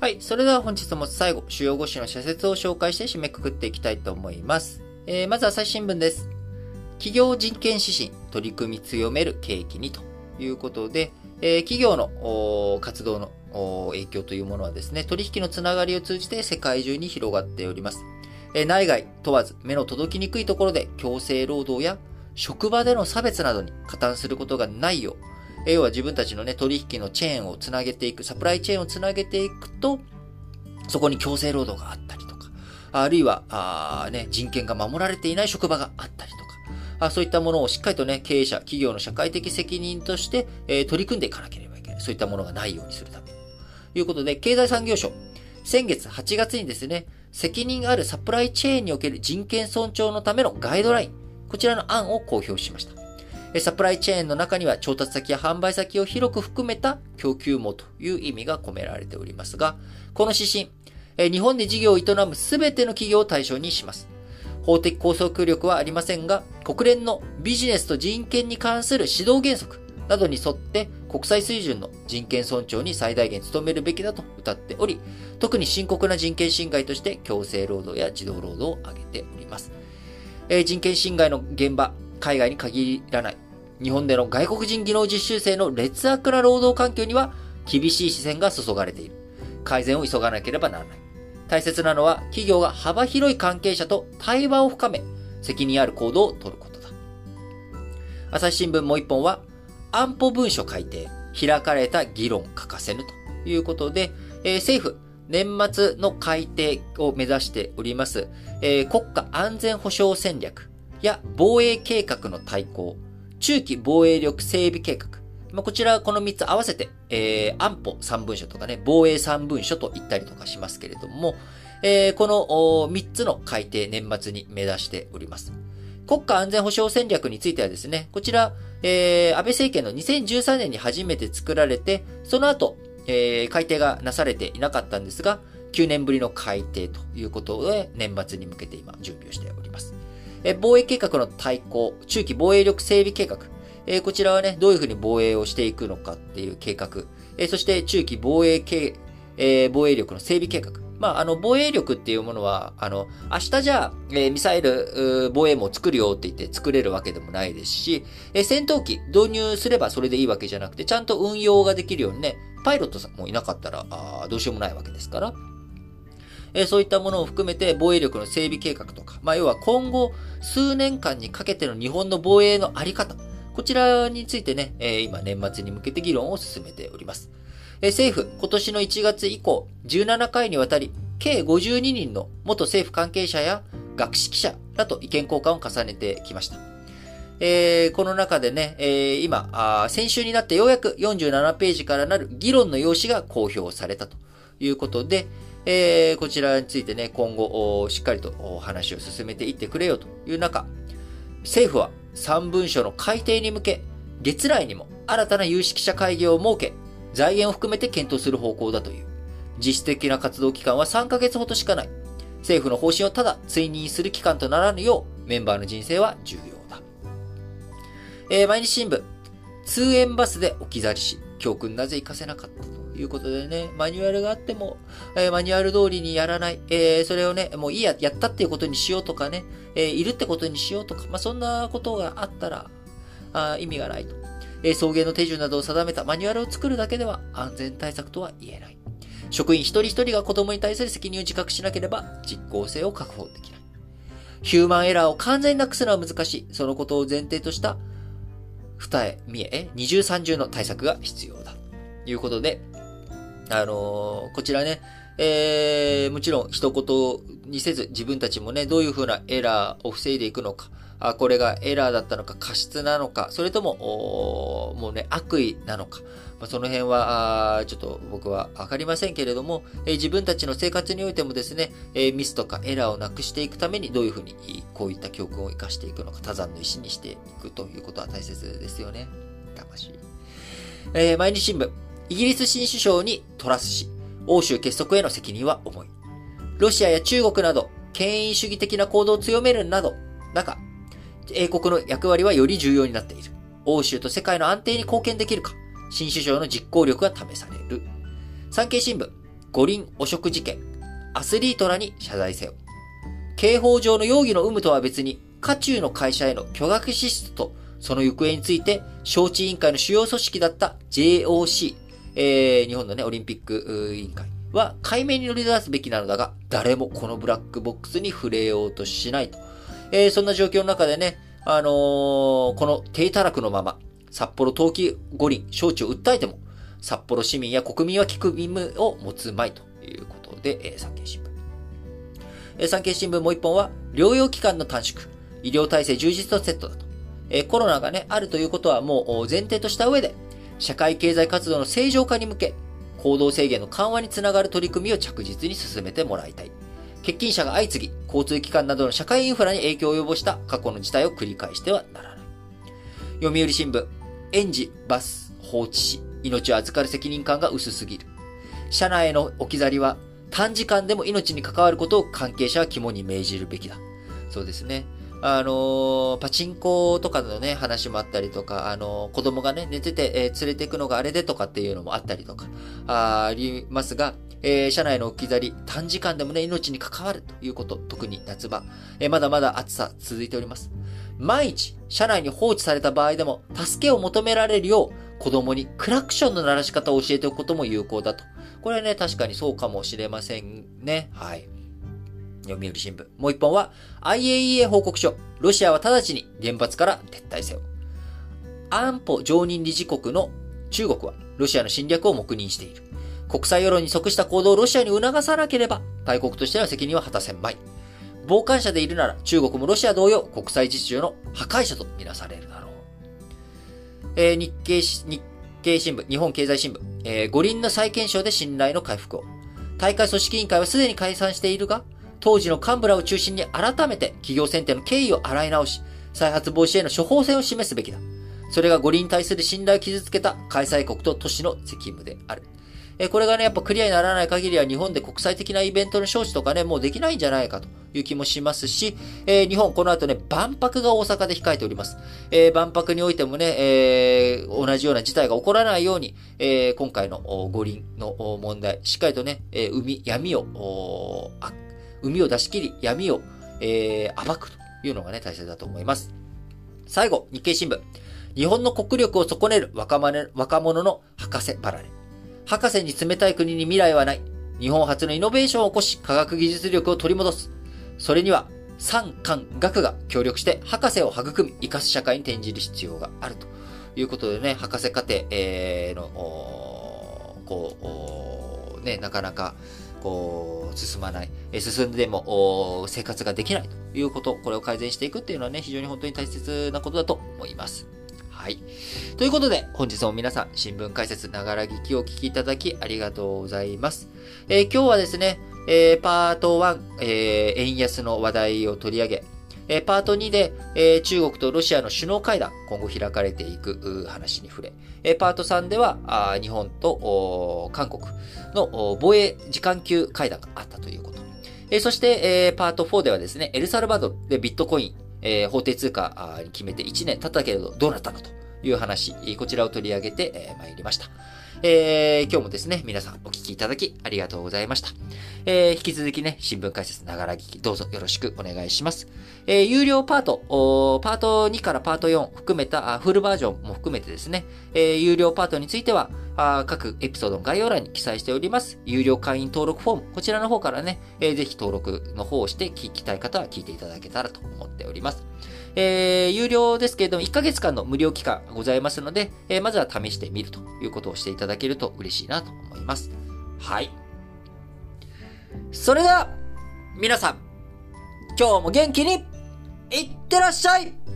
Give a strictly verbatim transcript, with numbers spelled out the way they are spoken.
はい。それでは本日も最後、主要ご紙の社説を紹介して締めくくっていきたいと思います。えー、まず朝日新聞です。企業人権指針、取り組み強める景気にということで、えー、企業の活動の影響というものはですね、取引のつながりを通じて世界中に広がっております。えー、内外問わず目の届きにくいところで強制労働や職場での差別などに加担することがないよう、えー、要は自分たちのね、取引のチェーンをつなげていく、サプライチェーンをつなげていくと、そこに強制労働があったりとか、あるいは、あね、人権が守られていない職場があったりとか、あそういったものをしっかりとね、経営者、企業の社会的責任として、えー、取り組んでいかなければいけない。そういったものがないようにするために。ということで、経済産業省、先月はちがつにですね、責任あるサプライチェーンにおける人権尊重のためのガイドライン、こちらの案を公表しました。サプライチェーンの中には調達先や販売先を広く含めた供給網という意味が込められておりますが、この指針、日本で事業を営むすべての企業を対象にします。法的拘束力はありませんが、国連のビジネスと人権に関する指導原則などに沿って国際水準の人権尊重に最大限努めるべきだと謳っており、特に深刻な人権侵害として強制労働や児童労働を挙げております。えー、人権侵害の現場、海外に限らない。日本での外国人技能実習生の劣悪な労働環境には厳しい視線が注がれている。改善を急がなければならない。大切なのは企業が幅広い関係者と対話を深め、責任ある行動を取ることだ。朝日新聞もう一本は、安保文書改定、開かれた議論欠かせぬということで、えー、政府、年末の改定を目指しております、えー、国家安全保障戦略や防衛計画の大綱、中期防衛力整備計画。まあ、こちら、このみっつ合わせて、えー、安保さん文書とかね、防衛さん文書と言ったりとかしますけれども、えー、このみっつの改定年末に目指しております。国家安全保障戦略についてはですね、こちら、えー、安倍政権のにせんじゅうさんねんに初めて作られて、その後、えー、改定がなされていなかったんですが、きゅうねんぶりの改定ということで、年末に向けて今、準備をしております。防衛計画の大綱、中期防衛力整備計画。えー、こちらはね、どういうふうに防衛をしていくのかっていう計画。えー、そして中期防衛計、えー、防衛力の整備計画。まあ、あの、防衛力っていうものは、あの、明日じゃあ、えー、ミサイル、防衛網作るよって言って作れるわけでもないですし、えー、戦闘機導入すればそれでいいわけじゃなくて、ちゃんと運用ができるようにね、パイロットさんもいなかったら、あどうしようもないわけですから。えー、そういったものを含めて防衛力の整備計画とか、まあ、要は今後数年間にかけての日本の防衛のあり方、こちらについてね、えー、今年末に向けて議論を進めております。えー、政府、今年のいちがつ以降、じゅうななかいにわたり、計ごじゅうににんの元政府関係者や学識者らと意見交換を重ねてきました。えー、この中でね、えー、今あ、先週になってようやくよんじゅうななページからなる議論の用紙が公表されたということで、えー、こちらについてね、今後、しっかりと話を進めていってくれよという中、政府はさん文書の改定に向け、月来にも新たな有識者会議を設け、財源を含めて検討する方向だという。実質的な活動期間はさんかげつほどしかない。政府の方針をただ追認する期間とならぬよう、メンバーの人生は重要だ。えー、毎日新聞、通園バスで置き去りし、教訓なぜ活かせなかったということでね、マニュアルがあっても、えー、マニュアル通りにやらない、えー、それをね、もういいや、やったっていうことにしようとかね、えー、いるってことにしようとか、まあ、そんなことがあったら、あ意味がないと。えー、送迎の手順などを定めたマニュアルを作るだけでは安全対策とは言えない。職員一人一人が子供に対する責任を自覚しなければ実効性を確保できない。ヒューマンエラーを完全になくすのは難しい。そのことを前提とした二重、三重、二重三重の対策が必要だ。ということで、あのー、こちらね、えー、もちろん一言にせず自分たちもね、どういうふうなエラーを防いでいくのか、あ、これがエラーだったのか、過失なのか、それとも、もうね、悪意なのか、まあ、その辺は、ちょっと僕はわかりませんけれども、えー、自分たちの生活においてもですね、えー、ミスとかエラーをなくしていくためにどういうふうにこういった教訓を生かしていくのか、他山の石にしていくということは大切ですよね。魂。えー、毎日新聞、イギリス新首相にトラス氏、欧州結束への責任は重い。ロシアや中国など、権威主義的な行動を強めるなど、中、英国の役割はより重要になっている。欧州と世界の安定に貢献できるか、新首相の実行力が試される。産経新聞、 五輪汚職事件、アスリートらに謝罪せよ。刑法上の容疑の有無とは別に、渦中の会社への巨額支出と、その行方について、招致委員会の主要組織だった ジェイオーシー、えー、日本のね、オリンピック委員会は解明に乗り出すべきなのだが、誰もこのブラックボックスに触れようとしないと。えー、そんな状況の中でね、あのー、この低たらくのまま、札幌冬季五輪招致を訴えても、札幌市民や国民は聞く耳を持つまいということで、えー、産経新聞。えー、産経新聞もう一本は、療養期間の短縮、医療体制充実とセットだと。えー、コロナがね、あるということはもう前提とした上で、社会経済活動の正常化に向け、行動制限の緩和につながる取り組みを着実に進めてもらいたい。欠勤者が相次ぎ、交通機関などの社会インフラに影響を及ぼした過去の事態を繰り返してはならない。読売新聞、園児、バス、放置し、命を預かる責任感が薄すぎる。車内への置き去りは、短時間でも命に関わることを関係者は肝に銘じるべきだ。そうですね。あのー、パチンコとかのね、話もあったりとか、あのー、子供がね、寝てて、えー、連れて行くのがあれでとかっていうのもあったりとか、あ, ありますが、えー、車内の置き去り、短時間でもね、命に関わるということ、特に夏場、えー、まだまだ暑さ続いております。万一、車内に放置された場合でも、助けを求められるよう、子供にクラクションの鳴らし方を教えておくことも有効だと。これはね、確かにそうかもしれませんね。はい。読売新聞。もう一本は、アイエーイーエー 報告書。ロシアは直ちに原発から撤退せよ。安保常任理事国の中国は、ロシアの侵略を黙認している。国際世論に即した行動をロシアに促さなければ、大国としての責任は果たせんまい。傍観者でいるなら、中国もロシア同様、国際秩序の破壊者とみなされるだろう。えー、日経、日経新聞、日本経済新聞、えー、五輪の再検証で信頼の回復を。大会組織委員会はすでに解散しているが、当時の幹部らを中心に改めて企業選定の経緯を洗い直し、再発防止への処方箋を示すべきだ。それが五輪に対する信頼を傷つけた開催国と都市の責務である。えこれがね、やっぱクリアにならない限りは日本で国際的なイベントの招致とかね、もうできないんじゃないかという気もしますし、えー、日本この後ね、万博が大阪で控えております。えー、万博においてもね、えー、同じような事態が起こらないように、えー、今回の五輪の問題、しっかりとね、えー、海、闇を、あ海を出し切り、闇を、えー、暴くというのがね、大切だと思います。最後、日経新聞。日本の国力を損ねる若者、若者の博士離れ。博士に冷たい国に未来はない。日本初のイノベーションを起こし、科学技術力を取り戻す。それには、産官学が協力して博士を育み、生かす社会に転じる必要があるということでね、博士課程、えー、の、こう、ね、なかなか、こう、進まない。進んでも生活ができないということ、これを改善していくっていうのはね、非常に本当に大切なことだと思います。はい。ということで、本日も皆さん、新聞解説、ながら聞きをお聞きいただきありがとうございます。えー、今日はですね、えー、パートワン、えー、円安の話題を取り上げ、えー、パートツーで、えー、中国とロシアの首脳会談、今後開かれていく話に触れ、えー、パートスリーでは、あ日本と韓国の防衛時間級会談があったということ。えー、そして、えー、パートフォーではですね、エルサルバドルでビットコイン、えー、法定通貨に決めていちねん経ったけれどどうなったのという話、こちらを取り上げて、えー、参りました。えー、今日もですね、皆さんお聞きいただきありがとうございました。えー、引き続きね、新聞解説ながら聞き、どうぞよろしくお願いします。えー、有料パート、パートツーからパートフォー含めたフルバージョンも含めてですね、えー、有料パートについては、あ各エピソードの概要欄に記載しております。有料会員登録フォーム、こちらの方からね、えー、ぜひ登録の方をして聞きたい方は聞いていただけたらと思っております。えー、有料ですけれども、いっかげつかんの無料期間ございますので、えー、まずは試してみるということをしていただけると嬉しいなと思います。はい。それでは、皆さん、今日も元気にいってらっしゃい。